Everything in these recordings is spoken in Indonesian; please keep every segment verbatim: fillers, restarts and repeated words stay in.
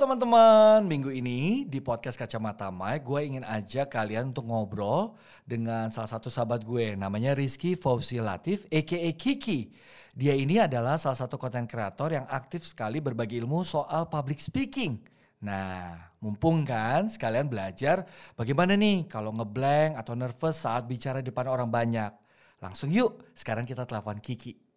teman-teman, minggu ini di podcast Kacamata Mike gue ingin ajak kalian untuk ngobrol dengan salah satu sahabat gue, namanya Rizky Fauzi Latif aka Kiki. Dia ini adalah salah satu konten kreator yang aktif sekali berbagi ilmu soal public speaking. Nah, mumpung kan sekalian belajar bagaimana nih kalau ngeblank atau nervous saat bicara di depan orang banyak. Langsung yuk, sekarang kita telepon Kiki.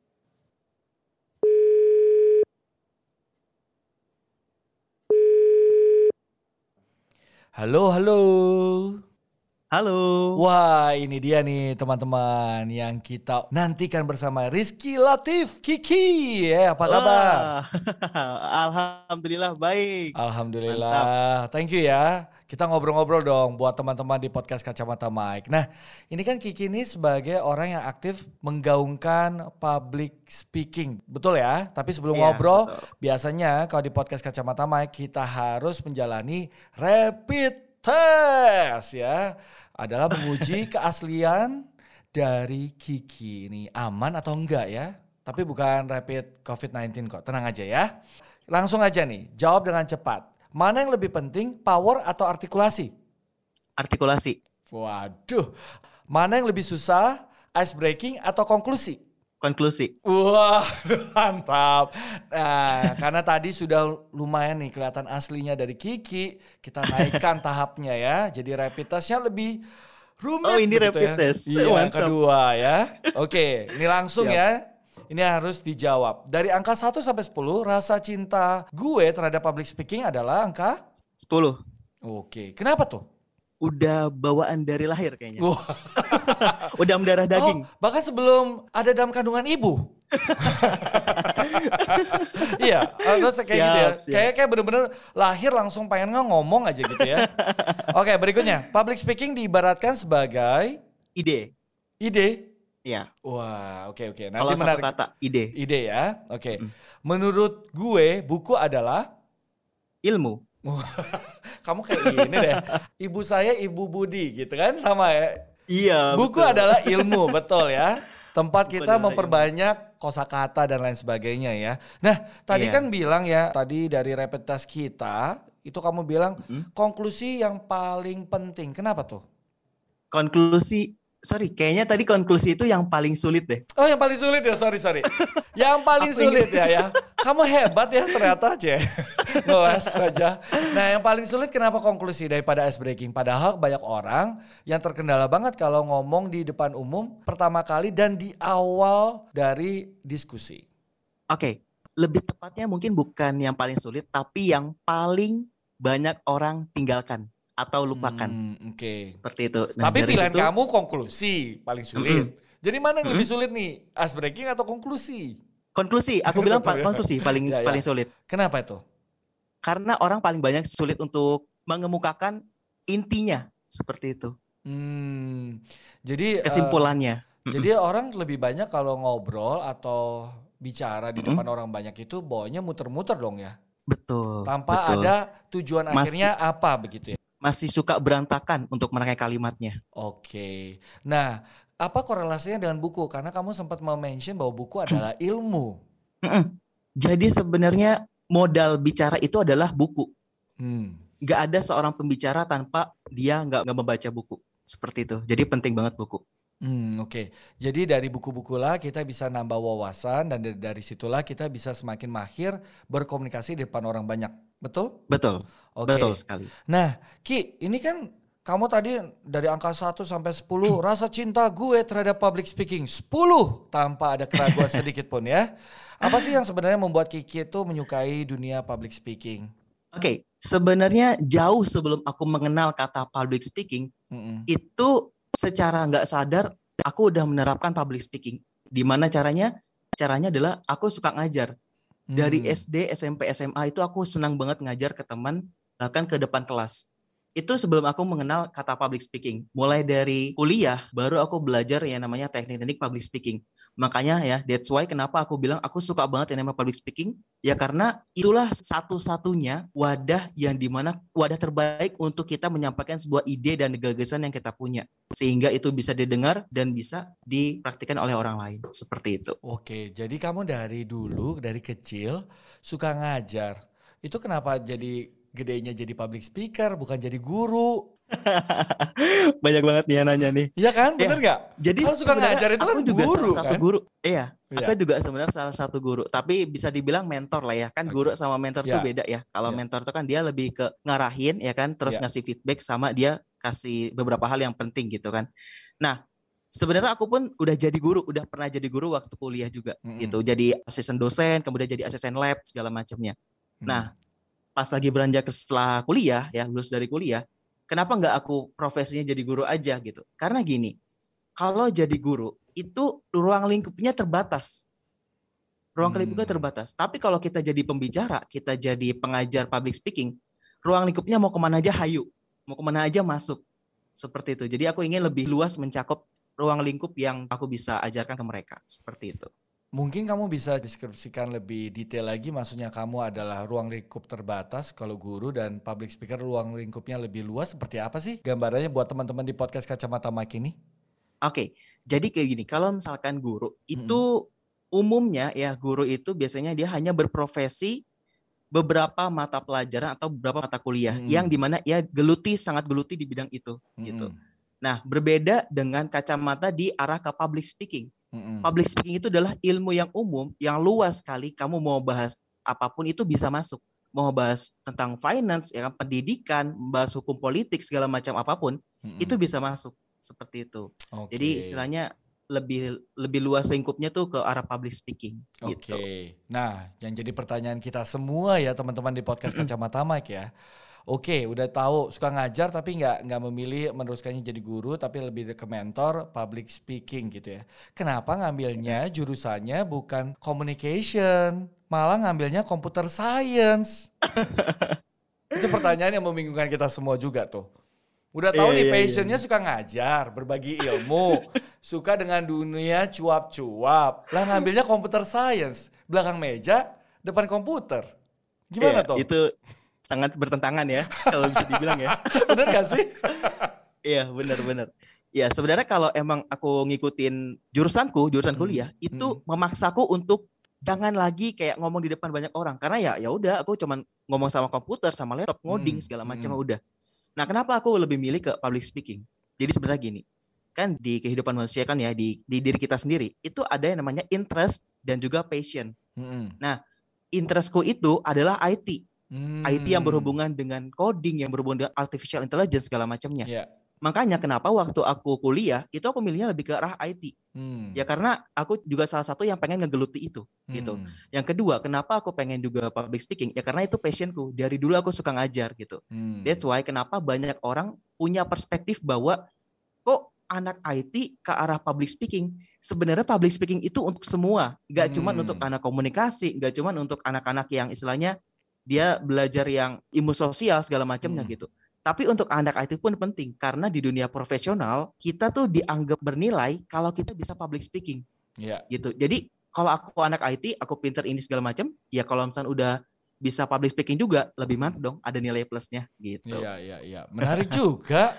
Halo, halo. Halo. Wah, ini dia nih teman-teman yang kita nantikan bersama Rizky Latif Kiki. Ya, apa kabar? Alhamdulillah baik. Alhamdulillah. Mantap. Thank you ya. Kita ngobrol-ngobrol dong buat teman-teman di podcast Kacamata Mike. Nah, ini kan Kiki ini sebagai orang yang aktif menggaungkan public speaking. Betul ya? Tapi sebelum Iya, ngobrol, betul. biasanya kalau di podcast Kacamata Mike kita harus menjalani rapid test ya. Adalah menguji keaslian dari Kiki. Ini aman atau enggak ya? Tapi bukan rapid covid sembilan belas kok. Tenang aja ya. Langsung aja nih, jawab dengan cepat. Mana yang lebih penting, power atau artikulasi? Artikulasi. Waduh. Mana yang lebih susah, ice breaking atau konklusi? Konklusi. Wah, mantap. Nah, karena tadi sudah lumayan nih kelihatan aslinya dari Kiki, kita naikkan tahapnya ya. Jadi rapid testnya lebih rumit. Oh, ini begitu rapid ya. test. Iya, yang Mantap. kedua ya. Oke, ini langsung Siap. ya. Ini harus dijawab. Dari angka satu sampai sepuluh, rasa cinta gue terhadap public speaking adalah angka? sepuluh. Oke, kenapa tuh? Udah bawaan dari lahir kayaknya. Wah. Udah mendarah daging. Oh, bahkan sebelum ada dalam kandungan ibu. Iya, terus kayak Siap, gitu ya. siap. Kayak kayak bener-bener lahir langsung pengen ngomong aja gitu ya. Oke, berikutnya. Public speaking diibaratkan sebagai Ide. ide. Iya. Wah, oke oke. Nanti Kalau satu menarik. kata, ide. Ide ya. Oke. Mm. Menurut gue, buku adalah Ilmu. kamu kayak ini deh. Ibu saya Ibu Budi gitu kan, sama ya. Iya, Buku betul. adalah ilmu, betul ya. Tempat Buku kita adalah memperbanyak kosakata dan lain sebagainya ya. Nah, tadi Iya. kan bilang ya, tadi dari rapid test kita, itu kamu bilang Mm-mm. konklusi yang paling penting. Kenapa tuh? Konklusi. Sorry, kayaknya tadi konklusi itu yang paling sulit deh. Oh, yang paling sulit ya, sorry sorry. Yang paling Aku sulit ini- ya ya. Kamu hebat ya ternyata, Cie. Ngeles saja. Nah, yang paling sulit kenapa konklusi daripada ice breaking? Padahal banyak orang yang terkendala banget kalau ngomong di depan umum pertama kali dan di awal dari diskusi. Oke, lebih tepatnya mungkin bukan yang paling sulit, tapi yang paling banyak orang tinggalkan atau lupakan. Hmm, Oke. Seperti itu. Nah, Tapi dari pilihan situ, kamu konklusi paling sulit. Jadi mana yang lebih sulit nih? Ice breaking atau konklusi? konklusi, aku bilang pa- Betul ya. konklusi paling Ya, ya. paling sulit. Kenapa itu? Karena orang paling banyak sulit untuk mengemukakan intinya seperti itu. Hmm, jadi eh, Kesimpulannya. jadi orang lebih banyak kalau ngobrol atau bicara di Mm-mm. depan orang banyak itu bawanya muter-muter dong ya. Betul. Tanpa betul. ada tujuan Masih- akhirnya apa begitu ya. Masih suka berantakan untuk merangkai kalimatnya. Oke. Nah, apa korelasinya dengan buku? Karena kamu sempat mention bahwa buku adalah ilmu. Mm-mm. Jadi sebenarnya modal bicara itu adalah buku. Hmm. Gak ada seorang pembicara tanpa dia nggak nggak membaca buku. Seperti itu. Jadi penting banget buku. Hmm, oke. Jadi dari buku-buku lah kita bisa nambah wawasan dan dari, dari situlah kita bisa semakin mahir berkomunikasi di depan orang banyak. Betul? Betul. Oke. Betul sekali. Nah, Ki, ini kan kamu tadi dari angka satu sampai sepuluh rasa cinta gue terhadap public speaking sepuluh tanpa ada keraguan sedikit pun ya. Apa sih yang sebenarnya membuat Kiki itu menyukai dunia public speaking? Oke, sebenarnya jauh sebelum aku mengenal kata public speaking, Mm-mm. itu secara nggak sadar aku udah menerapkan public speaking. Di mana caranya? Caranya adalah aku suka ngajar. Dari Hmm. S D, S M P, S M A itu aku senang banget ngajar ke teman, bahkan ke depan kelas. Itu sebelum aku mengenal kata public speaking. Mulai dari kuliah, baru aku belajar yang namanya teknik-teknik public speaking. Makanya ya, that's why kenapa aku bilang aku suka banget yang namanya public speaking. Ya karena itulah satu-satunya wadah yang dimana wadah terbaik untuk kita menyampaikan sebuah ide dan gagasan yang kita punya. Sehingga itu bisa didengar dan bisa dipraktikkan oleh orang lain. Seperti itu. Oke, jadi kamu dari dulu, dari kecil suka ngajar. Itu kenapa jadi gedenya jadi public speaker, bukan jadi guru. Banyak banget nih yang nanya nih. Iya kan, bener Ya, nggak? jadi Kalau suka sebenarnya ngajar itu aku kan juga guru salah satu kan? guru. Iya, Iya. aku juga sebenarnya salah satu guru. Tapi bisa dibilang mentor lah ya. Kan Oke. guru sama mentor Ya. tuh beda ya. Kalau Ya. mentor tuh kan dia lebih ke ngarahin ya kan, terus Ya. ngasih feedback sama dia kasih beberapa hal yang penting gitu kan. Nah, sebenarnya aku pun udah jadi guru, udah pernah jadi guru waktu kuliah juga Mm-mm. gitu. Jadi asisten dosen, kemudian jadi asisten lab segala macamnya. Hmm. Nah, pas lagi beranjak ke setelah kuliah ya, lulus dari kuliah, kenapa nggak aku profesinya jadi guru aja gitu? Karena gini, kalau jadi guru itu ruang lingkupnya terbatas. Ruang Hmm. lingkupnya terbatas. Tapi kalau kita jadi pembicara, kita jadi pengajar public speaking, ruang lingkupnya mau kemana aja hayu, mau kemana aja masuk. Seperti itu. Jadi aku ingin lebih luas mencakup ruang lingkup yang aku bisa ajarkan ke mereka. Seperti itu. Mungkin kamu bisa deskripsikan lebih detail lagi, maksudnya kamu adalah ruang lingkup terbatas kalau guru, dan public speaker ruang lingkupnya lebih luas, seperti apa sih gambarannya buat teman-teman di podcast Kacamata Mike ini? Oke, jadi kayak gini, kalau misalkan guru itu hmm. umumnya ya, guru itu biasanya dia hanya berprofesi beberapa mata pelajaran atau beberapa mata kuliah hmm. yang dimana ia geluti, sangat geluti di bidang itu hmm. gitu. Nah, berbeda dengan kacamata di arah ke public speaking. Mm-hmm. Public speaking itu adalah ilmu yang umum, yang luas sekali. Kamu mau bahas apapun itu bisa masuk. Mau bahas tentang finance, ya kan, pendidikan, bahas hukum politik, segala macam apapun, mm-hmm. itu bisa masuk. Seperti itu. Okay. Jadi istilahnya lebih lebih luas lingkupnya tuh ke arah public speaking. Oke. Gitu. Nah, yang jadi pertanyaan kita semua ya teman-teman di podcast Kacamata Mike ya. Oke, udah tahu suka ngajar tapi nggak nggak memilih meneruskannya jadi guru, tapi lebih ke mentor public speaking gitu ya. Kenapa ngambilnya jurusannya bukan communication, malah ngambilnya computer science? Itu pertanyaan yang membingungkan kita semua juga tuh. Udah tahu yeah, nih yeah, passionnya yeah. suka ngajar, berbagi ilmu, suka dengan dunia cuap-cuap. Lah ngambilnya computer science, belakang meja, depan komputer. Gimana yeah, tuh? Itu sangat bertentangan ya, kalau bisa dibilang ya. Bener gak sih? Iya, benar-benar. Ya, sebenarnya kalau emang aku ngikutin jurusanku, jurusan kuliah, hmm. itu hmm. memaksaku untuk jangan lagi kayak ngomong di depan banyak orang. Karena ya ya udah, aku cuman ngomong sama komputer, sama laptop, ngoding, segala macam hmm. udah. Nah, kenapa aku lebih milih ke public speaking? Jadi sebenarnya gini, kan di kehidupan manusia kan ya, di, di diri kita sendiri, itu ada yang namanya interest dan juga passion. Hmm. Nah, interestku itu adalah I T. Hmm. I T yang berhubungan dengan coding, yang berhubungan dengan artificial intelligence segala macamnya. Yeah. Makanya kenapa waktu aku kuliah itu aku milihnya lebih ke arah I T. Hmm. Ya karena aku juga salah satu yang pengen ngegeluti itu hmm. gitu. Yang kedua, kenapa aku pengen juga public speaking? Ya karena itu passionku. Dari dulu aku suka ngajar gitu. Hmm. That's why kenapa banyak orang punya perspektif bahwa kok anak I T ke arah public speaking. Sebenarnya public speaking itu untuk semua, nggak hmm. cuma untuk anak komunikasi, nggak cuma untuk anak-anak yang istilahnya dia belajar yang ilmu sosial segala macamnya hmm. gitu. Tapi untuk anak I T pun penting karena di dunia profesional kita tuh dianggap bernilai kalau kita bisa public speaking. Yeah. Gitu. Jadi kalau aku anak I T, aku pinter ini segala macam, ya kalau misalnya udah bisa public speaking juga lebih mantap dong, ada nilai plusnya gitu. Iya iya iya. Menarik juga.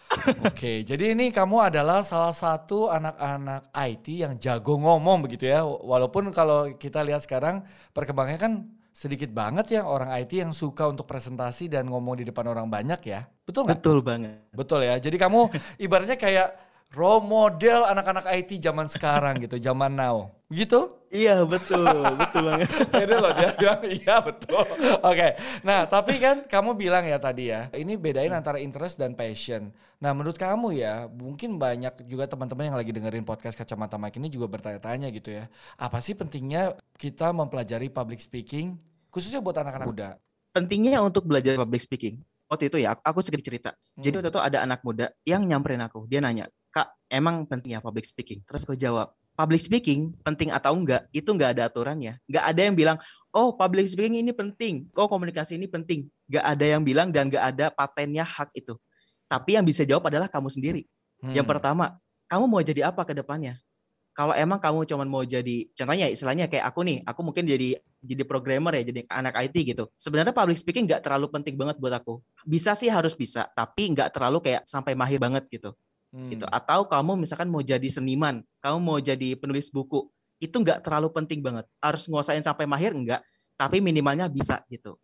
Oke, jadi ini kamu adalah salah satu anak-anak I T yang jago ngomong begitu ya. Walaupun kalau kita lihat sekarang perkembangannya kan sedikit banget ya orang I T yang suka untuk presentasi dan ngomong di depan orang banyak ya. Betul nggak? Betul banget. Betul ya. Jadi kamu ibaratnya kayak role model anak-anak I T zaman sekarang gitu, zaman now. Gitu? Iya betul, betul banget. Ini loh dia bilang iya betul. Oke, okay. Nah tapi kan kamu bilang ya tadi ya, ini bedain antara interest dan passion. Nah menurut kamu ya, mungkin banyak juga teman-teman yang lagi dengerin podcast Kacamata Mike ini juga bertanya-tanya gitu ya. Apa sih pentingnya kita mempelajari public speaking, khususnya buat anak-anak muda? Pentingnya untuk belajar public speaking. Waktu itu ya, aku sedikit cerita. Hmm. Jadi waktu itu ada anak muda yang nyamperin aku. Dia nanya, Kak, emang pentingnya public speaking? Terus aku jawab, public speaking penting atau enggak, itu enggak ada aturannya. Enggak ada yang bilang, oh public speaking ini penting, oh komunikasi ini penting. Enggak ada yang bilang dan enggak ada patennya hak itu. Tapi yang bisa jawab adalah kamu sendiri. Hmm. Yang pertama, kamu mau jadi apa ke depannya? Kalau emang kamu cuma mau jadi, contohnya istilahnya kayak aku nih, aku mungkin jadi jadi programmer ya, jadi anak I T gitu. Sebenarnya public speaking nggak terlalu penting banget buat aku. Bisa sih harus bisa, tapi nggak terlalu kayak sampai mahir banget gitu. Hmm. Gitu. Atau kamu misalkan mau jadi seniman, kamu mau jadi penulis buku, itu nggak terlalu penting banget. Harus nguasain sampai mahir enggak, tapi minimalnya bisa gitu.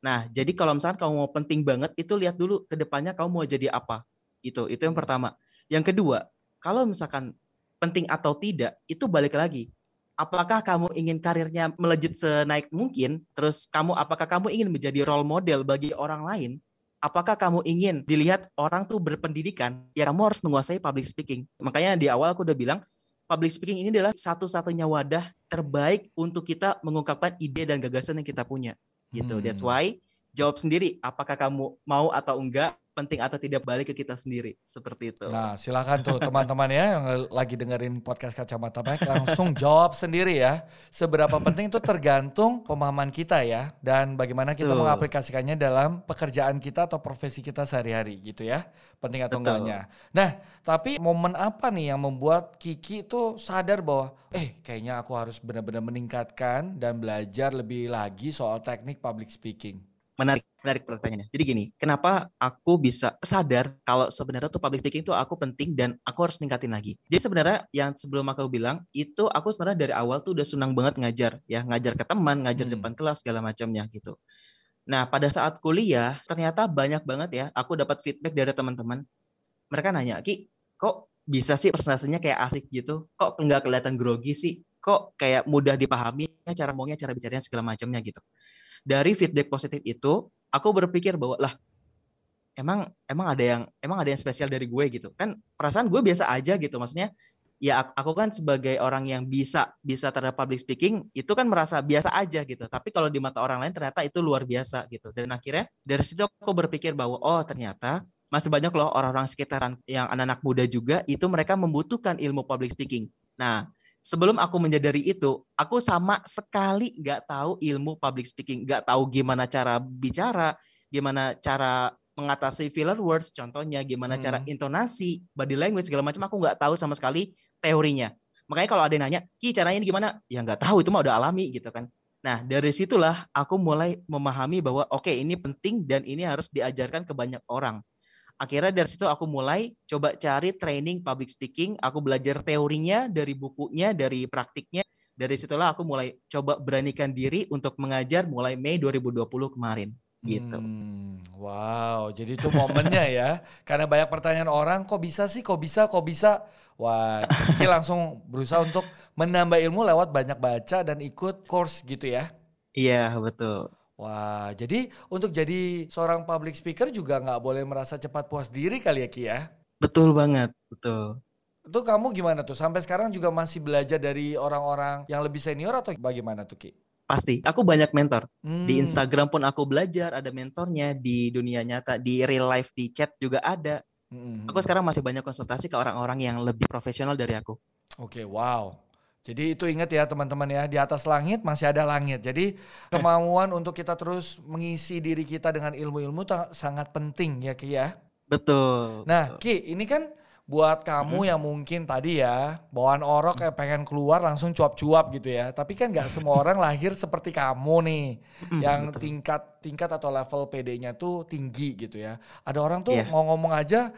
Nah, jadi kalau misalkan kamu mau penting banget, itu lihat dulu ke depannya kamu mau jadi apa. Itu, itu yang pertama. Yang kedua, kalau misalkan penting atau tidak, itu balik lagi. Apakah kamu ingin karirnya melejit senaik mungkin? Terus kamu, apakah kamu ingin menjadi role model bagi orang lain? Apakah kamu ingin dilihat orang tuh berpendidikan? Ya kamu harus menguasai public speaking. Makanya di awal aku udah bilang, public speaking ini adalah satu-satunya wadah terbaik untuk kita mengungkapkan ide dan gagasan yang kita punya. Gitu. Hmm. That's why jawab sendiri apakah kamu mau atau enggak, penting atau tidak, balik ke kita sendiri. Seperti itu. Nah, silakan tuh teman-teman ya yang lagi dengerin podcast Kacamata Mike langsung jawab sendiri ya. Seberapa penting itu tergantung pemahaman kita ya dan bagaimana kita Betul. mengaplikasikannya dalam pekerjaan kita atau profesi kita sehari-hari gitu ya. Penting atau Betul. enggaknya. Nah, tapi momen apa nih yang membuat Kiki tuh sadar bahwa eh kayaknya aku harus benar-benar meningkatkan dan belajar lebih lagi soal teknik public speaking? Menarik, menarik pertanyaannya. Jadi gini, kenapa aku bisa sadar kalau sebenarnya tuh public speaking tuh aku penting dan aku harus ningkatin lagi. Jadi sebenarnya yang sebelum aku bilang, itu aku sebenarnya dari awal tuh udah senang banget ngajar. Ya, ngajar ke teman, ngajar Hmm. depan kelas, segala macamnya gitu. Nah, pada saat kuliah, ternyata banyak banget ya, aku dapat feedback dari teman-teman. Mereka nanya, Ki, kok bisa sih presentasinya kayak asik gitu? Kok nggak kelihatan grogi sih? Kok kayak mudah dipahami, cara ngomongnya, cara bicaranya, segala macamnya gitu. Dari feedback positif itu, aku berpikir bahwa lah, emang emang ada yang emang ada yang spesial dari gue gitu. Kan perasaan gue biasa aja gitu. Maksudnya, ya aku kan sebagai orang yang bisa bisa terhadap public speaking itu kan merasa biasa aja gitu. Tapi kalau di mata orang lain ternyata itu luar biasa gitu. Dan akhirnya dari situ aku berpikir bahwa oh ternyata masih banyak loh orang-orang sekitaran yang anak-anak muda juga itu mereka membutuhkan ilmu public speaking. Nah, sebelum aku menyadari itu, aku sama sekali nggak tahu ilmu public speaking, nggak tahu gimana cara bicara, gimana cara mengatasi filler words, contohnya gimana Hmm. cara intonasi, body language segala macam, aku nggak tahu sama sekali teorinya. Makanya kalau ada yang nanya, Ki caranya ini gimana? Ya nggak tahu, itu mah udah alami gitu kan. Nah dari situlah aku mulai memahami bahwa oke okay, ini penting dan ini harus diajarkan ke banyak orang. Akhirnya dari situ aku mulai coba cari training public speaking, aku belajar teorinya dari bukunya, dari praktiknya. Dari situlah aku mulai coba beranikan diri untuk mengajar mulai Mei dua ribu dua puluh kemarin. Gitu. Hmm, wow, jadi itu momennya ya. Karena banyak pertanyaan orang, kok bisa sih, kok bisa, kok bisa. Wah, Kiki langsung berusaha untuk menambah ilmu lewat banyak baca dan ikut course gitu ya. Iya, betul. Wah, jadi untuk jadi seorang public speaker juga nggak boleh merasa cepat puas diri kali ya Ki ya? Betul banget, betul. Itu kamu gimana tuh? Sampai sekarang juga masih belajar dari orang-orang yang lebih senior atau bagaimana tuh Ki? Pasti, aku banyak mentor. Hmm. Di Instagram pun aku belajar, ada mentornya. Di dunia nyata, di real life, di chat juga ada. Hmm. Aku sekarang masih banyak konsultasi ke orang-orang yang lebih profesional dari aku. Oke, wow. Jadi itu ingat ya teman-teman ya, di atas langit masih ada langit. Jadi kemauan untuk kita terus mengisi diri kita dengan ilmu-ilmu ta- sangat penting ya Ki ya. Betul. Nah betul. Ki, ini kan buat kamu Mm-mm. yang mungkin tadi ya bawaan orok kayak pengen keluar langsung cuap-cuap gitu ya. Tapi kan nggak semua orang lahir seperti kamu nih, Mm, yang betul. tingkat tingkat atau level P D-nya tuh tinggi gitu ya. Ada orang tuh Iya. mau ngomong aja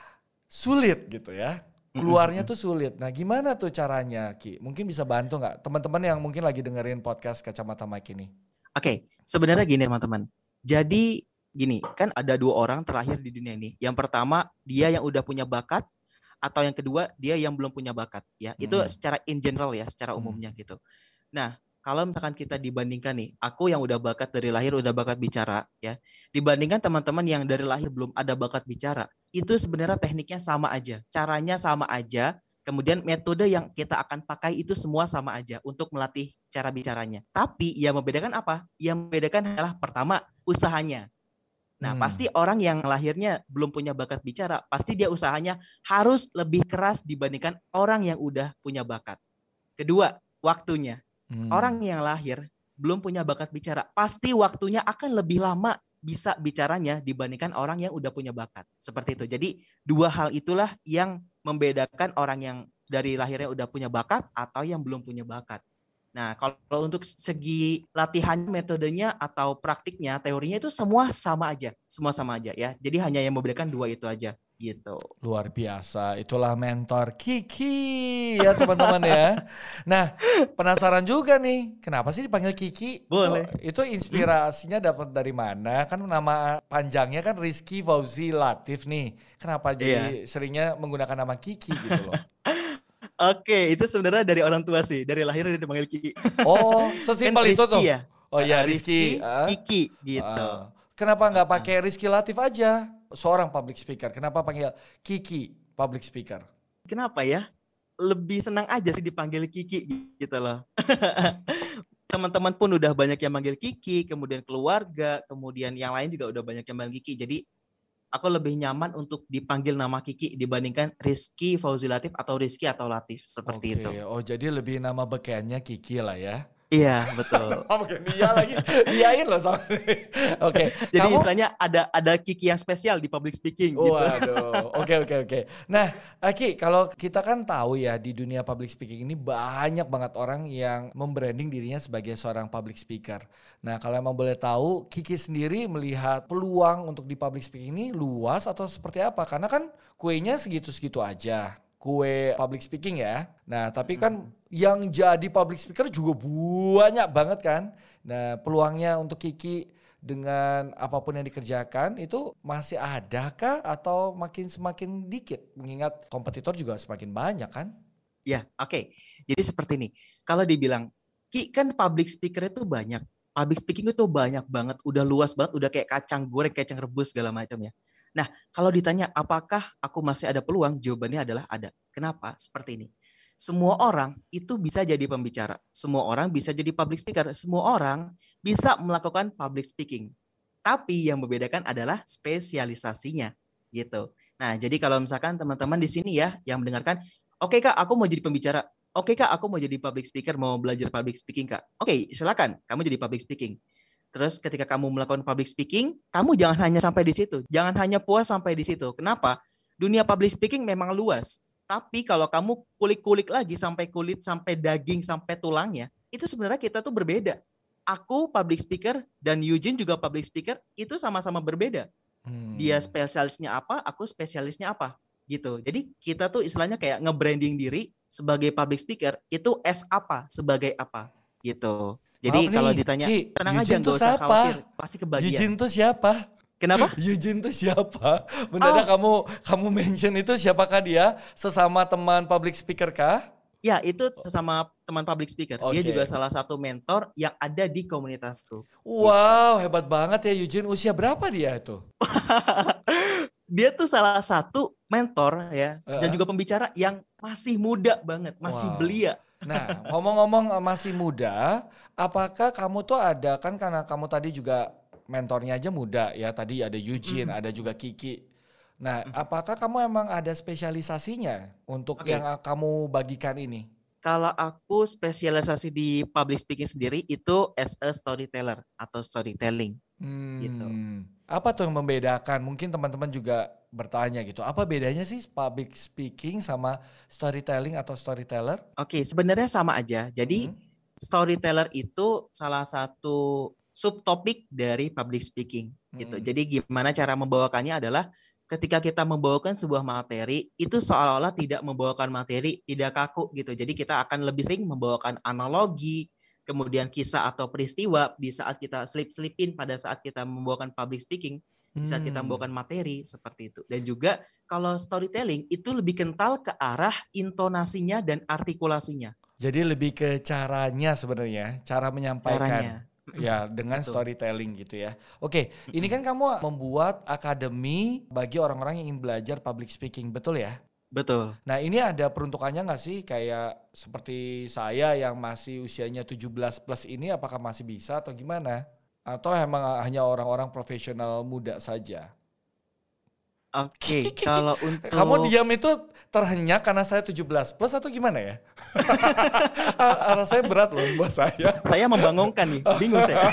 sulit gitu ya. Keluarnya tuh sulit. Nah gimana tuh caranya Ki? Mungkin bisa bantu nggak teman-teman yang mungkin lagi dengerin podcast Kacamata Mike ini? Oke, okay. Sebenarnya gini teman-teman. Jadi gini, kan ada dua orang terlahir di dunia ini. Yang pertama dia yang udah punya bakat, atau yang kedua dia yang belum punya bakat. Ya, hmm. Itu secara in general ya, secara umumnya hmm. gitu. Nah, kalau misalkan kita dibandingkan nih, aku yang udah bakat dari lahir udah bakat bicara, ya, dibandingkan teman-teman yang dari lahir belum ada bakat bicara, itu sebenarnya tekniknya sama aja, caranya sama aja. Kemudian metode yang kita akan pakai itu semua sama aja untuk melatih cara bicaranya. Tapi yang membedakan apa? Yang membedakan adalah pertama usahanya. Nah hmm. pasti orang yang lahirnya belum punya bakat bicara, pasti dia usahanya harus lebih keras dibandingkan orang yang udah punya bakat. Kedua, waktunya. Hmm. Orang yang lahir belum punya bakat bicara, pasti waktunya akan lebih lama bisa bicaranya dibandingkan orang yang udah punya bakat. Seperti itu. Jadi dua hal itulah yang membedakan orang yang dari lahirnya udah punya bakat atau yang belum punya bakat. Nah, kalau untuk segi latihan metodenya atau praktiknya, teorinya itu semua sama aja. Semua sama aja ya. Jadi hanya yang membedakan dua itu aja. gitu. Luar biasa, itulah mentor Kiki ya teman-teman ya. Nah, penasaran juga nih, kenapa sih dipanggil Kiki? Boleh. Itu, itu inspirasinya dapat dari mana? Kan nama panjangnya kan Rizky Fauzi Latif nih. Kenapa jadi Iya. seringnya menggunakan nama Kiki gitu loh? Oke, itu sebenarnya dari orang tua sih, dari lahir dia dipanggil Kiki. Oh, Kan sesimpel itu tuh. Rizky ya. Oh iya, Rizky, Rizky. Uh, Kiki gitu. uh. Kenapa nggak pakai Rizky Latif aja? Seorang public speaker. Kenapa panggil Kiki public speaker? Kenapa ya? Lebih senang aja sih dipanggil Kiki gitu loh. Teman-teman pun udah banyak yang manggil Kiki, kemudian keluarga, kemudian yang lain juga udah banyak yang manggil Kiki. Jadi aku lebih nyaman untuk dipanggil nama Kiki dibandingkan Rizky Fauzi Latif atau Rizky atau Latif seperti Oke. itu. Oh jadi lebih nama bekeannya Kiki lah ya? Iya betul. Oke, dia lagi diain loh sama ini. Oke. Jadi Kamu... istilahnya ada ada Kiki yang spesial di public speaking gitu. Waduh. Oke oke oke. Nah, Aki, kalau kita kan tahu ya di dunia public speaking ini banyak banget orang yang membranding dirinya sebagai seorang public speaker. Nah, kalau emang boleh tahu, Kiki sendiri melihat peluang untuk di public speaking ini luas atau seperti apa? Karena kan kuenya segitu-segitu aja. Kue public speaking ya. Nah, tapi kan yang jadi public speaker juga banyak banget kan. Nah, peluangnya untuk Kiki dengan apapun yang dikerjakan itu masih adakah atau makin semakin dikit? Mengingat kompetitor juga semakin banyak kan? Ya, oke. Okay. Jadi seperti ini. Kalau dibilang, Ki kan public speaker itu banyak. Public speaking itu banyak banget. Udah luas banget. Udah kayak kacang goreng, kacang rebus segala macam ya. Nah, kalau ditanya apakah aku masih ada peluang, jawabannya adalah ada. Kenapa? Seperti ini. Semua orang itu bisa jadi pembicara. Semua orang bisa jadi public speaker. Semua orang bisa melakukan public speaking. Tapi yang membedakan adalah spesialisasinya gitu. Nah, jadi kalau misalkan teman-teman di sini ya yang mendengarkan, oke Kak, aku mau jadi pembicara. Oke Kak, aku mau jadi public speaker, mau belajar public speaking Kak. Oke, silakan, kamu jadi public speaking. Terus ketika kamu melakukan public speaking, kamu jangan hanya sampai di situ. Jangan hanya puas sampai di situ. Kenapa? Dunia public speaking memang luas. Tapi kalau kamu kulik-kulik lagi sampai kulit, sampai daging, sampai tulangnya, itu sebenarnya kita tuh berbeda. Aku public speaker dan Eugene juga public speaker, itu sama-sama berbeda. Hmm. Dia spesialisnya apa, aku spesialisnya apa. Gitu. Jadi kita tuh istilahnya kayak nge-branding diri sebagai public speaker, itu S apa, sebagai apa. Gitu. Jadi Maaf kalau nih, ditanya, Ki, tenang Eugene aja, nggak usah siapa? khawatir, pasti kebagian. Eugene tuh siapa? Kenapa? Eugene tuh siapa? Mendadak oh. kamu kamu mention itu siapakah dia? Sesama teman public speaker kah? Ya, itu sesama teman public speaker. Okay. Dia juga salah satu mentor yang ada di komunitas tuh. Wow, gitu. Hebat banget ya Eugene. Usia berapa dia itu? Dia tuh salah satu mentor ya, uh-huh. dan juga pembicara yang masih muda banget, masih wow. belia. Nah, ngomong-ngomong masih muda, apakah kamu tuh ada, kan karena kamu tadi juga mentornya aja muda ya, tadi ada Eugene, mm. ada juga Kiki. Nah, mm. apakah kamu emang ada spesialisasinya untuk okay. yang kamu bagikan ini? Kalau aku spesialisasi di public speaking sendiri itu as a storyteller atau storytelling. Hmm. Gitu. Apa tuh yang membedakan? Mungkin teman-teman juga bertanya gitu. Apa bedanya sih public speaking sama storytelling atau storyteller? Oke, okay, sebenarnya sama aja. Jadi hmm. storyteller itu salah satu subtopik dari public speaking hmm. gitu. Jadi gimana cara membawakannya adalah ketika kita membawakan sebuah materi itu seolah-olah tidak membawakan materi, tidak kaku gitu. Jadi kita akan lebih sering membawakan analogi, kemudian kisah atau peristiwa di saat kita selip-selipin pada saat kita membawakan public speaking, di saat kita membawakan materi seperti itu. Dan juga kalau storytelling itu lebih kental ke arah intonasinya dan artikulasinya. Jadi lebih ke caranya sebenarnya, cara menyampaikan. Caranya. Ya, dengan betul. Storytelling gitu ya. Oke, ini kan kamu membuat akademi bagi orang-orang yang ingin belajar public speaking, betul ya? Betul. Nah, ini ada peruntukannya nggak sih kayak seperti saya yang masih usianya tujuh belas plus ini, apakah masih bisa atau gimana? Atau emang hanya orang-orang profesional muda saja? Oke, okay, kalau untuk... Kamu diam itu terhenyak karena saya tujuh belas plus atau gimana ya? Rasanya berat loh buat saya. Saya membangunkan nih, bingung saya.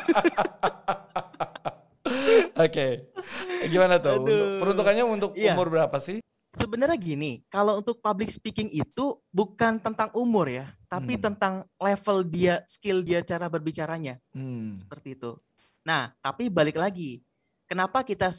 Oke, okay. Gimana tuh? Untuk, peruntukannya untuk iya. Umur berapa sih? Sebenarnya gini, kalau untuk public speaking itu bukan tentang umur ya, tapi hmm. tentang level dia, skill dia, cara berbicaranya. Hmm. Seperti itu. Nah, tapi balik lagi, kenapa kita suka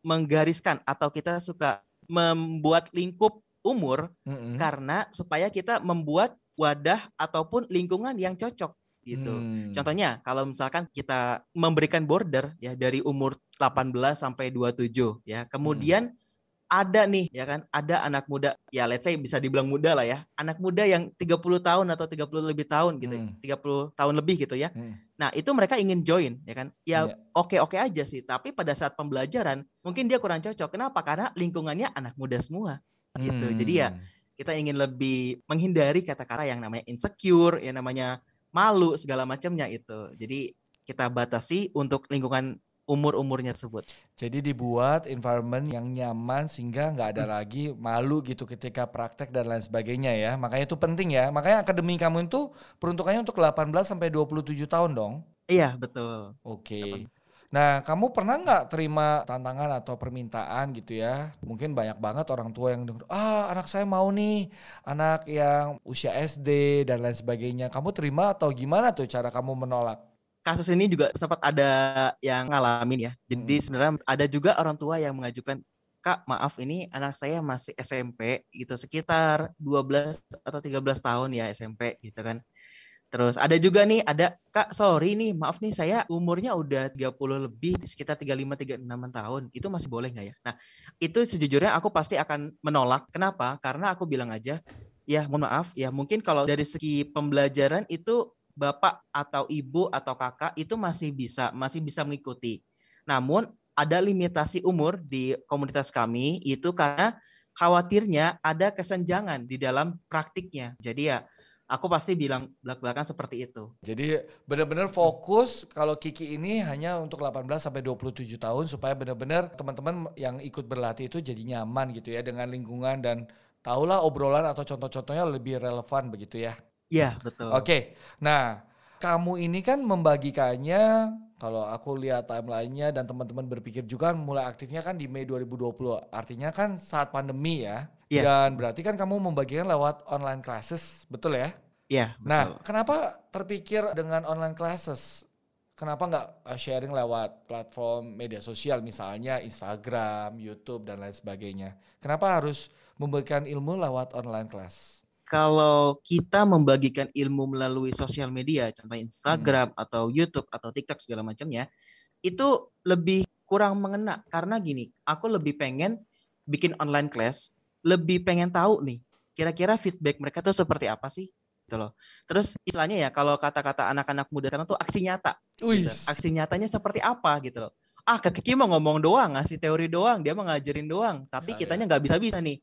menggariskan atau kita suka membuat lingkup umur Mm-mm. karena supaya kita membuat wadah ataupun lingkungan yang cocok gitu. Hmm. Contohnya kalau misalkan kita memberikan border ya dari umur delapan belas sampai dua puluh tujuh ya. Kemudian ada nih ya kan, ada anak muda ya let's say bisa dibilang muda lah ya. Anak muda yang tiga puluh tahun atau tiga puluh lebih tahun gitu. Hmm. tiga puluh tahun lebih gitu ya. Hmm. Nah, itu mereka ingin join ya kan. Ya Iya. oke-oke aja sih, tapi pada saat pembelajaran mungkin dia kurang cocok. Kenapa? Karena lingkungannya anak muda semua gitu. Hmm. Jadi ya kita ingin lebih menghindari kata-kata yang namanya insecure, yang namanya malu segala macamnya itu. Jadi kita batasi untuk lingkungan umur-umurnya tersebut. Jadi dibuat environment yang nyaman sehingga nggak ada lagi malu gitu ketika praktek dan lain sebagainya ya. Makanya itu penting ya. Makanya akademi kamu itu peruntukannya untuk delapan belas sampai dua puluh tujuh tahun dong. Iya, betul. Oke. Nah, kamu pernah nggak terima tantangan atau permintaan gitu ya? Mungkin banyak banget orang tua yang denger, ah anak saya mau nih, anak yang usia S D dan lain sebagainya. Kamu terima atau gimana tuh cara kamu menolak? Kasus ini juga sempat ada yang ngalamin ya. Jadi hmm. sebenarnya ada juga orang tua yang mengajukan, Kak maaf ini anak saya masih S M P gitu, sekitar dua belas atau tiga belas tahun ya S M P gitu kan. Terus ada juga nih, ada Kak sorry nih maaf nih saya umurnya udah tiga puluh lebih, sekitar tiga puluh lima tiga puluh enam tahun, itu masih boleh gak ya? Nah itu sejujurnya aku pasti akan menolak. Kenapa? Karena aku bilang aja, ya mohon maaf ya mungkin kalau dari segi pembelajaran itu bapak atau ibu atau kakak itu masih bisa masih bisa mengikuti. Namun ada limitasi umur di komunitas kami itu karena khawatirnya ada kesenjangan di dalam praktiknya. Jadi ya aku pasti bilang belak-belakan seperti itu. Jadi benar-benar fokus kalau Kiki ini hanya untuk delapan belas sampai dua puluh tujuh tahun supaya benar-benar teman-teman yang ikut berlatih itu jadi nyaman gitu ya dengan lingkungan dan tahulah obrolan atau contoh-contohnya lebih relevan begitu ya. Iya, betul. Oke, okay. Nah kamu ini kan membagikannya, kalau aku lihat timeline-nya dan teman-teman berpikir juga mulai aktifnya kan di Mei dua ribu dua puluh, artinya kan saat pandemi ya. Yeah. Dan berarti kan kamu membagikan lewat online classes, betul ya? Iya, yeah, betul. Nah, kenapa terpikir dengan online classes? Kenapa nggak sharing lewat platform media sosial misalnya Instagram, YouTube, dan lain sebagainya? Kenapa harus membagikan ilmu lewat online class? Kalau kita membagikan ilmu melalui sosial media, contohnya Instagram hmm. atau YouTube atau TikTok segala macamnya, itu lebih kurang mengena. Karena gini, aku lebih pengen bikin online class, lebih pengen tahu nih, kira-kira feedback mereka tuh seperti apa sih? Gitu loh. Terus istilahnya ya, kalau kata-kata anak-anak muda sekarang tuh aksi nyata. Gitu. Aksi nyatanya seperti apa gitu loh. Ah, Kak Kiki mau ngomong doang, ngasih teori doang, dia mau ngajarin doang, tapi ya, kitanya nggak ya. bisa-bisa nih.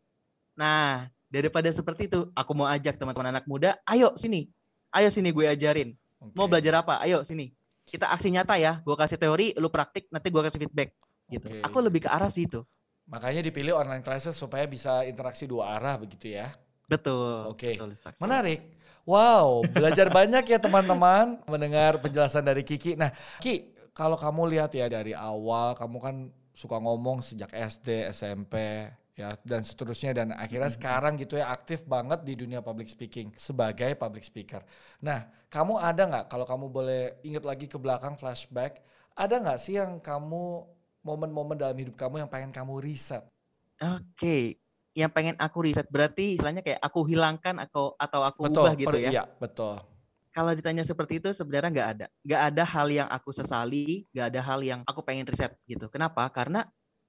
Nah, daripada seperti itu, aku mau ajak teman-teman anak muda, ayo sini, ayo sini gue ajarin. Okay. Mau belajar apa? Ayo sini. Kita aksi nyata ya, gue kasih teori, lu praktik, nanti gue kasih feedback. Gitu. Okay. Aku lebih ke arah situ. Makanya dipilih online classes supaya bisa interaksi dua arah begitu ya? Betul. Oke, okay. Menarik. Wow, belajar banyak ya teman-teman mendengar penjelasan dari Kiki. Nah, Ki, kalau kamu lihat ya dari awal, kamu kan suka ngomong sejak S D, S M P, ya dan seterusnya dan akhirnya mm-hmm. sekarang gitu ya aktif banget di dunia public speaking sebagai public speaker. Nah, kamu ada nggak kalau kamu boleh ingat lagi ke belakang flashback, ada nggak sih yang kamu momen-momen dalam hidup kamu yang pengen kamu riset? Oke, okay. Yang pengen aku riset berarti istilahnya kayak aku hilangkan atau atau aku betul, ubah gitu per, ya? Iya, betul. Kalau ditanya seperti itu sebenarnya nggak ada, nggak ada hal yang aku sesali, nggak ada hal yang aku pengen riset gitu. Kenapa? Karena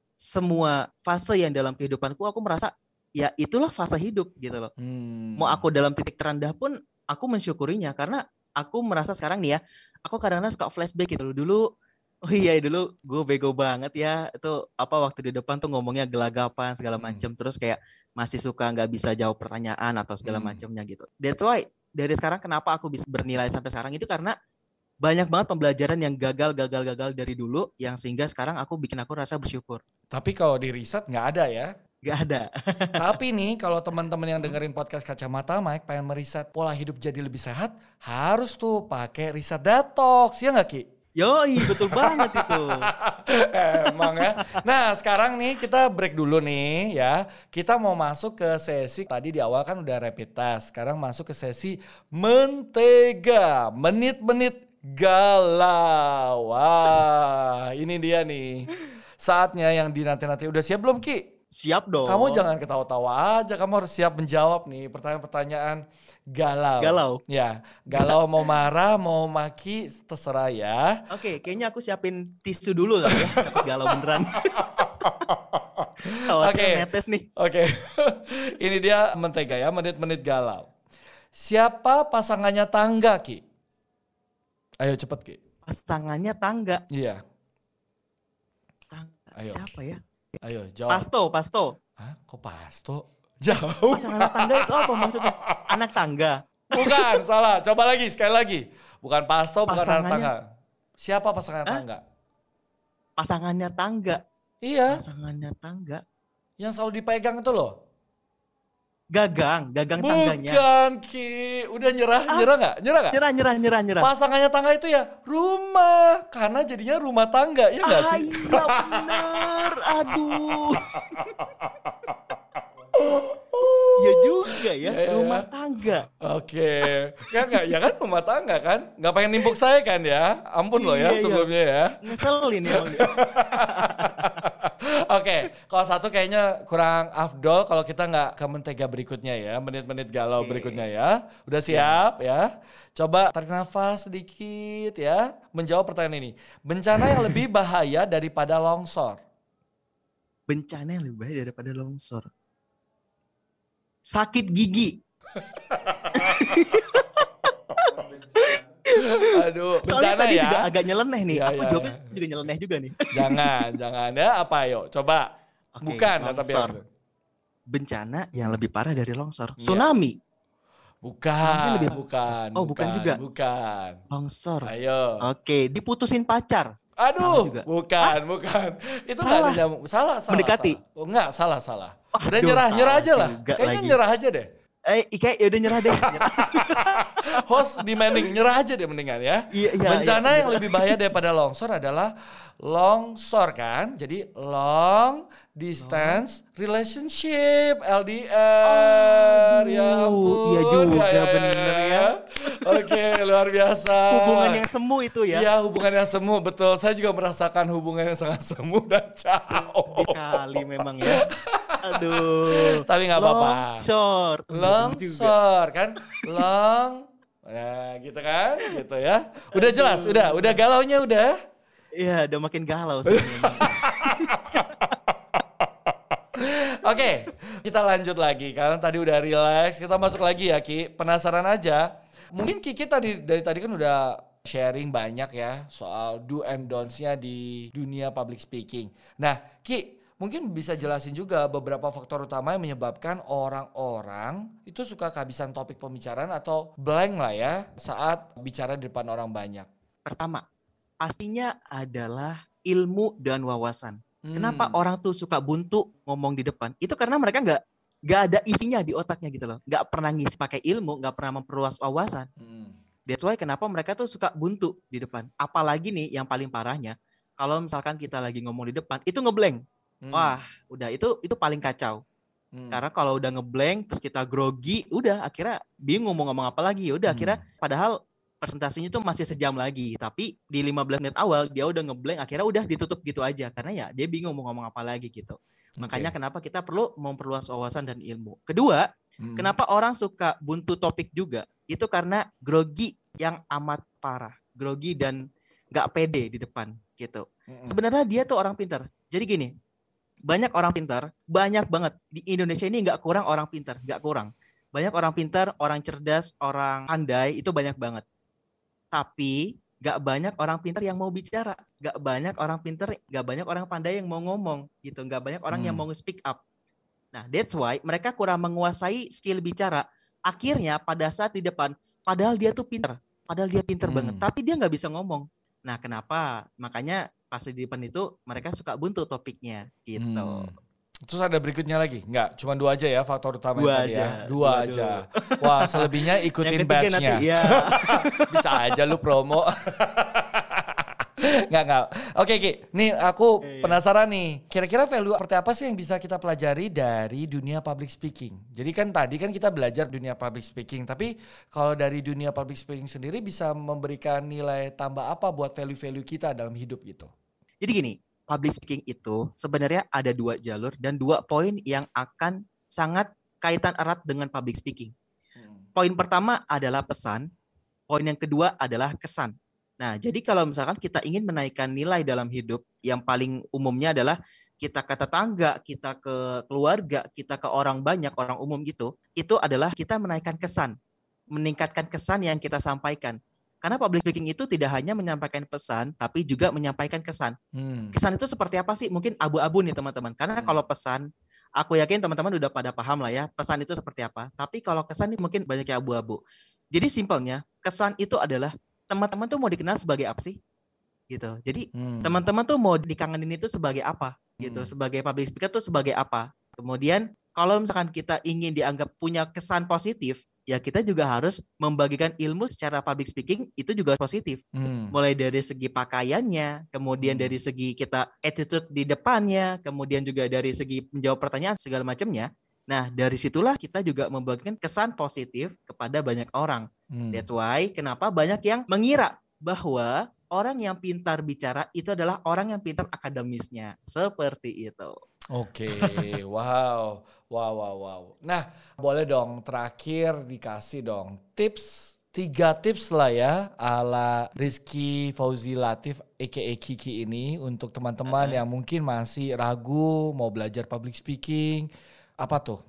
semua fase yang dalam kehidupanku aku merasa ya itulah fase hidup gitu loh. Hmm. Mau aku dalam titik terendah pun aku mensyukurinya karena aku merasa sekarang nih ya, aku kadang-kadang suka flashback gitu loh. Dulu, oh iya dulu gue bego banget ya. Itu apa waktu di depan tuh ngomongnya gelagapan segala macam. Hmm. Terus kayak masih suka nggak bisa jawab pertanyaan atau segala hmm. macamnya gitu. That's why dari sekarang kenapa aku bisa bernilai sampai sekarang itu karena banyak banget pembelajaran yang gagal-gagal-gagal dari dulu yang sehingga sekarang aku bikin aku rasa bersyukur. Tapi kalau di riset nggak ada ya? Nggak ada. Tapi nih kalau teman-teman yang dengerin podcast Kacamata Mike pengen meriset pola hidup jadi lebih sehat, harus tuh pakai riset detox, ya nggak Ki? Yoi, betul banget itu. Emang ya. Nah sekarang nih kita break dulu nih ya. Kita mau masuk ke sesi, tadi di awal kan udah rapid test. Sekarang masuk ke sesi mentega, menit-menit galau. Wah, ini dia nih. saatnya yang dinanti-nanti. Udah siap belum Ki? Siap dong. Kamu jangan ketawa-tawa aja, kamu harus siap menjawab nih pertanyaan-pertanyaan galau. Galau? Ya, galau mau marah, mau maki, terserah ya. Oke, kayaknya aku siapin tisu dulu lah ya, takut galau beneran. Khawatir Oke. netes nih. Oke, ini dia mentega ya, menit-menit galau. Siapa pasangannya Tangga Ki? Ayo cepet Ki. Pasangannya Tangga. Iya, Tangga. Ayo. Siapa ya? ayo jawab. Pasto, Pasto. Hah, kok Pasto? Jauh. Pasangan tangga itu apa maksudnya? Anak tangga. Bukan, salah. Coba lagi, sekali lagi. Bukan Pasto, bukan anak Pasangannya- tangga. Siapa pasangan Hah? tangga? Pasangannya tangga. Iya, Pasangannya tangga. yang selalu dipegang itu loh. Gagang, gagang tangganya. Bukan Ki, udah nyerah, Ah. nyerah nggak? Nyerah nggak? Nyerah, nyerah, nyerah, nyerah. Pasangannya tangga itu ya rumah, karena jadinya rumah tangga, ya nggak Ah sih? iya bener, aduh. Ya juga ya, Ya, ya, rumah ya. tangga. Oke, kan nggak? Ya kan rumah tangga kan? Nggak pengen nimpuk saya kan ya? Ampun loh ya Iya, iya. sebelumnya ya. Ngeselin ya emang. Oke, kalau satu kayaknya kurang afdol kalau kita nggak ke mentega berikutnya ya, menit-menit galau Oke. berikutnya ya. Udah Siap. siap ya? Coba tarik nafas sedikit ya, menjawab pertanyaan ini. Bencana yang lebih bahaya daripada longsor? Bencana yang lebih bahaya daripada longsor. Sakit gigi. Aduh, Soalnya bencana tadi ya. juga agak nyeleneh nih. Iya, Aku iya, jawabnya iya. juga nyeleneh juga nih. Jangan, jangan ya. Apa yuk? Coba. Oke, Bukan, ya, tapi longsor. apa? Bencana yang lebih parah dari longsor. Iya. Tsunami. Bukan, Sebenarnya lebih- bukan. Oh, bukan juga. Bukan. Longsor. Ayo. Oke, diputusin pacar. Aduh, Salah juga. bukan, bukan. Itu nggak ada Salah. nyambung. Salah, salah. Mendekati. Salah. Oh, enggak, salah, salah. Udah Aduh, nyerah, nyerah salah aja lah. juga Kayaknya lagi. nyerah aja deh. Eh, Ika, ya udah nyerah deh. Nyerah. Host demanding, nyerah aja deh mendingan ya. Iya, iya, Bencana iya, yang lebih bahaya daripada longsor adalah longsor kan. Jadi long distance relationship, L D R. Ya ampun. iya juga, Ya, ya, bener ya. Oke, luar biasa. Hubungan yang semu itu ya. Iya, hubungan yang semu, betul. Saya juga merasakan hubungan yang sangat semu dan jauh. Kali memang ya. Aduh. Tapi nggak apa-apa. Longsor. Longsor kan, long, nah gitu kan, gitu ya. Udah jelas, udah, udah galaunya udah. Iya, udah makin galau sih. memang. Oke, kita lanjut lagi karena tadi udah relax. Kita masuk lagi ya Ki. Penasaran aja. Mungkin Kiki tadi dari tadi kan udah sharing banyak ya soal do and don'ts-nya di dunia public speaking. Nah, Ki, mungkin bisa jelasin juga beberapa faktor utama yang menyebabkan orang-orang itu suka kehabisan topik pembicaraan atau blank lah ya saat bicara di depan orang banyak. Pertama, pastinya adalah ilmu dan wawasan. Hmm. Kenapa orang tuh suka buntu ngomong di depan? Itu karena mereka nggak nggak ada isinya di otaknya gitu loh. Nggak pernah ngisi pakai ilmu, nggak pernah memperluas wawasan. Hmm. That's why kenapa mereka tuh suka buntu di depan. Apalagi nih yang paling parahnya, kalau misalkan kita lagi ngomong di depan, itu ngeblank. Hmm. Wah, udah itu itu paling kacau. Hmm. Karena kalau udah ngeblank terus kita grogi, udah akhirnya bingung mau ngomong apa lagi. Ya udah Hmm. akhirnya padahal presentasinya tuh masih sejam lagi, tapi di lima belas menit awal dia udah ngeblank, akhirnya udah ditutup gitu aja karena ya dia bingung mau ngomong apa lagi gitu. Makanya Oke. kenapa kita perlu memperluas wawasan dan ilmu. Kedua, Hmm. kenapa orang suka buntu topik juga? Itu karena grogi yang amat parah, grogi dan nggak pede di depan gitu. Hmm. Sebenarnya dia tuh orang pintar. Jadi gini, banyak orang pintar, banyak banget di Indonesia ini nggak kurang orang pintar, nggak kurang. Banyak orang pintar, orang cerdas, orang pandai itu banyak banget. Tapi gak banyak orang pintar yang mau bicara, gak banyak orang pintar, gak banyak orang pandai yang mau ngomong gitu, gak banyak orang yang Hmm. mau speak up. Nah, that's why mereka kurang menguasai skill bicara. Akhirnya pada saat di depan, padahal dia tuh pintar, padahal dia pintar Hmm. banget, tapi dia nggak bisa ngomong. Nah, kenapa? Makanya pas di depan itu mereka suka buntu topiknya gitu. Hmm. Terus ada berikutnya lagi? Enggak, cuma dua aja ya faktor utama Dua yang tadi aja, ya. Dua, dua aja. Wah, selebihnya ikutin Yang ketiga batch-nya. nanti ya. Bisa aja lu promo. Enggak, enggak. Oke, Ki. Nih aku Iya. penasaran nih. Kira-kira value seperti apa sih yang bisa kita pelajari dari dunia public speaking? Jadi kan tadi kan kita belajar dunia public speaking. Tapi kalau dari dunia public speaking sendiri bisa memberikan nilai tambah apa buat value-value kita dalam hidup gitu? Jadi gini, public speaking itu sebenarnya ada dua jalur dan dua poin yang akan sangat kaitan erat dengan public speaking. Hmm. Poin pertama adalah pesan, poin yang kedua adalah kesan. Nah, jadi kalau misalkan kita ingin menaikkan nilai dalam hidup, yang paling umumnya adalah kita ke tetangga, kita ke keluarga, kita ke orang banyak, orang umum gitu, itu adalah kita menaikkan kesan, meningkatkan kesan yang kita sampaikan. Karena public speaking itu tidak hanya menyampaikan pesan, tapi juga menyampaikan kesan. Hmm. Kesan itu seperti apa sih? Mungkin abu-abu nih teman-teman. Karena hmm. kalau pesan, aku yakin teman-teman udah pada paham lah ya, pesan itu seperti apa. Tapi kalau kesan ini mungkin banyak yang abu-abu. Jadi simpelnya, kesan itu adalah teman-teman tuh mau dikenal sebagai apa sih? Gitu. Jadi hmm. teman-teman tuh mau dikangenin itu sebagai apa? Gitu. Hmm. Sebagai public speaker tuh sebagai apa? Kemudian kalau misalkan kita ingin dianggap punya kesan positif, ya kita juga harus membagikan ilmu secara public speaking itu juga positif. Hmm. Mulai dari segi pakaiannya, kemudian hmm. dari segi kita attitude di depannya, kemudian juga dari segi menjawab pertanyaan segala macamnya. Nah, dari situlah kita juga membagikan kesan positif kepada banyak orang. Hmm. That's why kenapa banyak yang mengira bahwa orang yang pintar bicara itu adalah orang yang pintar akademisnya. Seperti itu. Oke, okay. wow, wow, wow, wow. Nah, boleh dong terakhir dikasih dong tips, tiga tips lah ya ala Rizky Fauzi Latif aka Kiki ini untuk teman-teman uh-huh. yang mungkin masih ragu mau belajar public speaking. Apa tuh?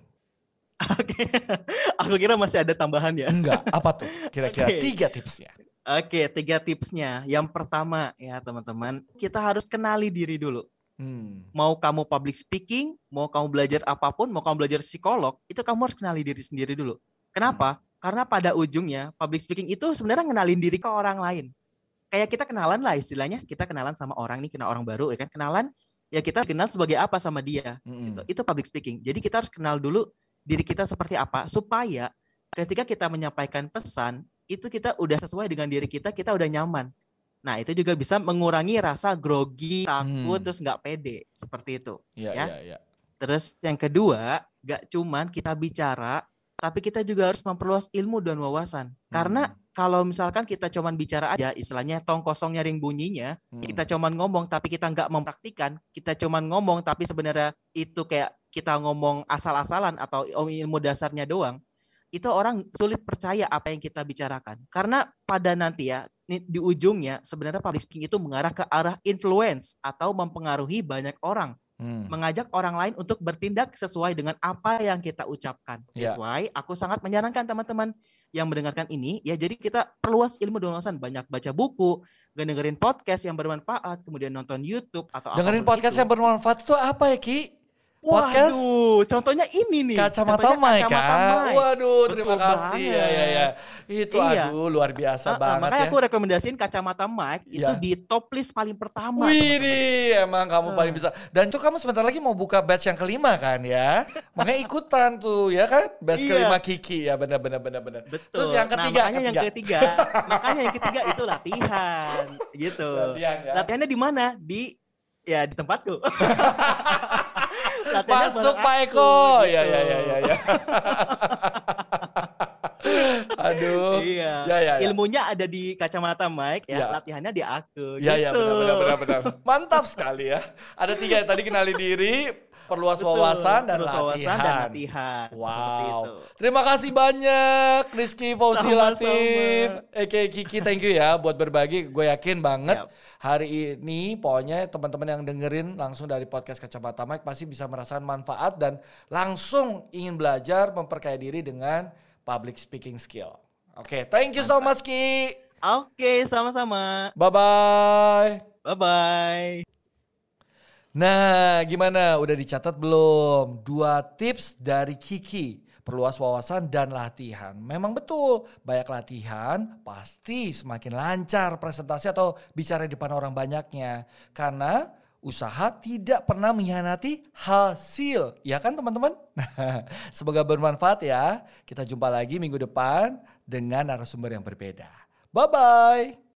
Oke, aku kira masih ada tambahan ya. Enggak, apa tuh? Kira-kira okay. tiga tipsnya. Oke, tiga tipsnya. Yang pertama ya teman-teman, kita harus kenali diri dulu. Hmm. Mau kamu public speaking, mau kamu belajar apapun, mau kamu belajar psikolog, itu kamu harus kenali diri sendiri dulu. Kenapa? Hmm. Karena pada ujungnya public speaking itu sebenarnya ngenalin diri ke orang lain. Kayak kita kenalan lah istilahnya, kita kenalan sama orang nih, kenal orang baru ya kan. Kenalan, ya kita kenal sebagai apa sama dia. Hmm. Gitu. Itu public speaking. Jadi kita harus kenal dulu diri kita seperti apa, supaya ketika kita menyampaikan pesan, itu kita udah sesuai dengan diri kita, kita udah nyaman. Nah, itu juga bisa mengurangi rasa grogi, takut, hmm. terus nggak pede. Seperti itu. Ya, ya? Ya, ya. Terus yang kedua, nggak cuman kita bicara, tapi kita juga harus memperluas ilmu dan wawasan. Hmm. Karena kalau misalkan kita cuman bicara aja, istilahnya tong kosong nyaring bunyinya, hmm. kita cuman ngomong tapi kita nggak mempraktikkan, kita cuman ngomong tapi sebenarnya itu kayak kita ngomong asal-asalan atau ilmu dasarnya doang, itu orang sulit percaya apa yang kita bicarakan. Karena pada nanti ya, di ujungnya sebenarnya public speaking itu mengarah ke arah influence atau mempengaruhi banyak orang. Hmm. Mengajak orang lain untuk bertindak sesuai dengan apa yang kita ucapkan. Yeah. That's why aku sangat menyarankan teman-teman yang mendengarkan ini, ya jadi kita perluas ilmu dan wawasan. Banyak baca buku, dengerin podcast yang bermanfaat, kemudian nonton YouTube atau dengerin podcast itu. Yang bermanfaat itu apa ya Ki? Podcast? Waduh, contohnya ini nih. Kacamata Mike kan? Waduh, terima Betul kasih. Ya, ya, ya. Itu iya. aduh luar biasa uh, banget makanya ya. Makanya aku rekomendasiin Kacamata Mike ya. Itu di top list paling pertama. Wih, emang kamu uh. paling bisa. Dan tuh kamu sebentar lagi mau buka batch yang kelima kan ya? Makanya ikutan tuh ya kan? Batch iya. kelima Kiki ya, benar-benar benar-benar. Betul. Terus yang ketiga, nah, makanya ketiga. yang ketiga, makanya yang ketiga itu latihan, gitu. Latihan, ya? Latihannya di mana? Di ya di tempatku. Masuk Pak Eko. Gitu. Ya ya ya ya ya. Aduh. Iya. Ya, ya, ya. Ilmunya ada di Kacamata Mike ya, ya. Latihannya di aku. Ya gitu. ya benar benar benar benar. Mantap sekali ya. Ada tiga yang tadi kenali diri, perluas Betul. wawasan dan perluas latihan. wawasan dan latihan. Wow. Seperti itu. Terima kasih banyak Rizky Fauzi Latif, aka Kiki, thank you ya buat berbagi. Gue yakin banget yep. hari ini pokoknya teman-teman yang dengerin langsung dari podcast Kacamata Mike pasti bisa merasakan manfaat dan langsung ingin belajar memperkaya diri dengan public speaking skill. Oke, okay, thank you so much Ki. Oke, okay, sama-sama. Bye-bye. Bye-bye. Nah, gimana? Udah dicatat belum? Dua tips dari Kiki. Perluas wawasan dan latihan. Memang betul, banyak latihan pasti semakin lancar presentasi atau bicara di depan orang banyaknya. Karena usaha tidak pernah mengkhianati hasil. Ya kan teman-teman? Semoga bermanfaat ya. Kita jumpa lagi minggu depan dengan narasumber yang berbeda. Bye-bye.